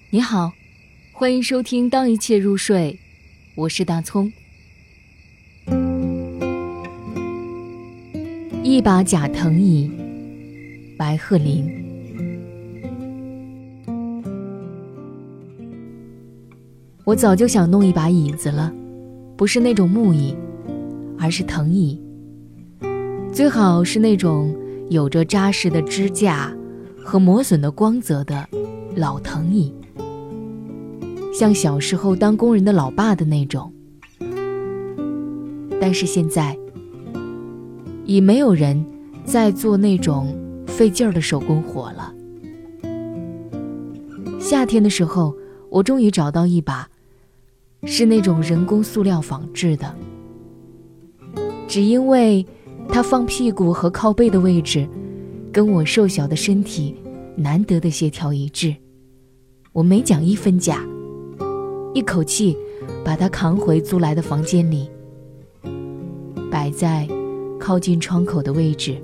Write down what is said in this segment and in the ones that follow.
你好，欢迎收听当一切入睡，我是大葱。一把假藤椅，白鹤林。我早就想弄一把椅子了，不是那种木椅，而是藤椅，最好是那种有着扎实的支架和磨损的光泽的老藤椅，像小时候当工人的老爸的那种。但是现在已没有人在做那种费劲儿的手工活了。夏天的时候，我终于找到一把是那种人工塑料仿制的，只因为它放屁股和靠背的位置跟我瘦小的身体难得的协调一致，我没讲1分价，一口气把它扛回租来的房间里，摆在靠近窗口的位置。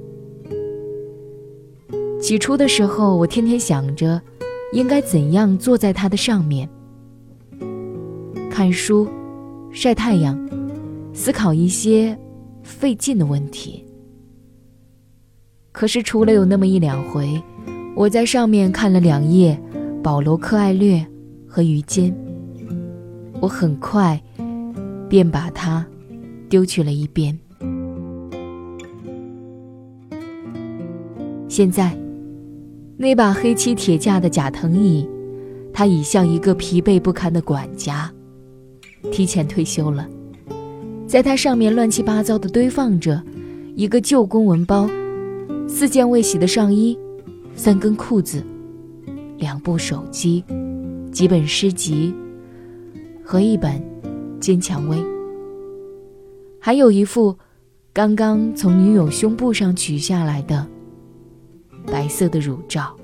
起初的时候，我天天想着应该怎样坐在它的上面，看书、晒太阳，思考一些费劲的问题。可是除了有那么1、2回，我在上面看了2页保罗·柯艾略和于坚，我很快便把它丢去了一边。现在那把黑漆铁架的假藤椅，它已像一个疲惫不堪的管家，提前退休了。在它上面乱七八糟地堆放着一个旧公文包、4件未洗的上衣、3根裤子、2部手机、几本诗集和1本坚蔷薇，还有一副刚刚从女友胸部上取下来的白色的乳罩。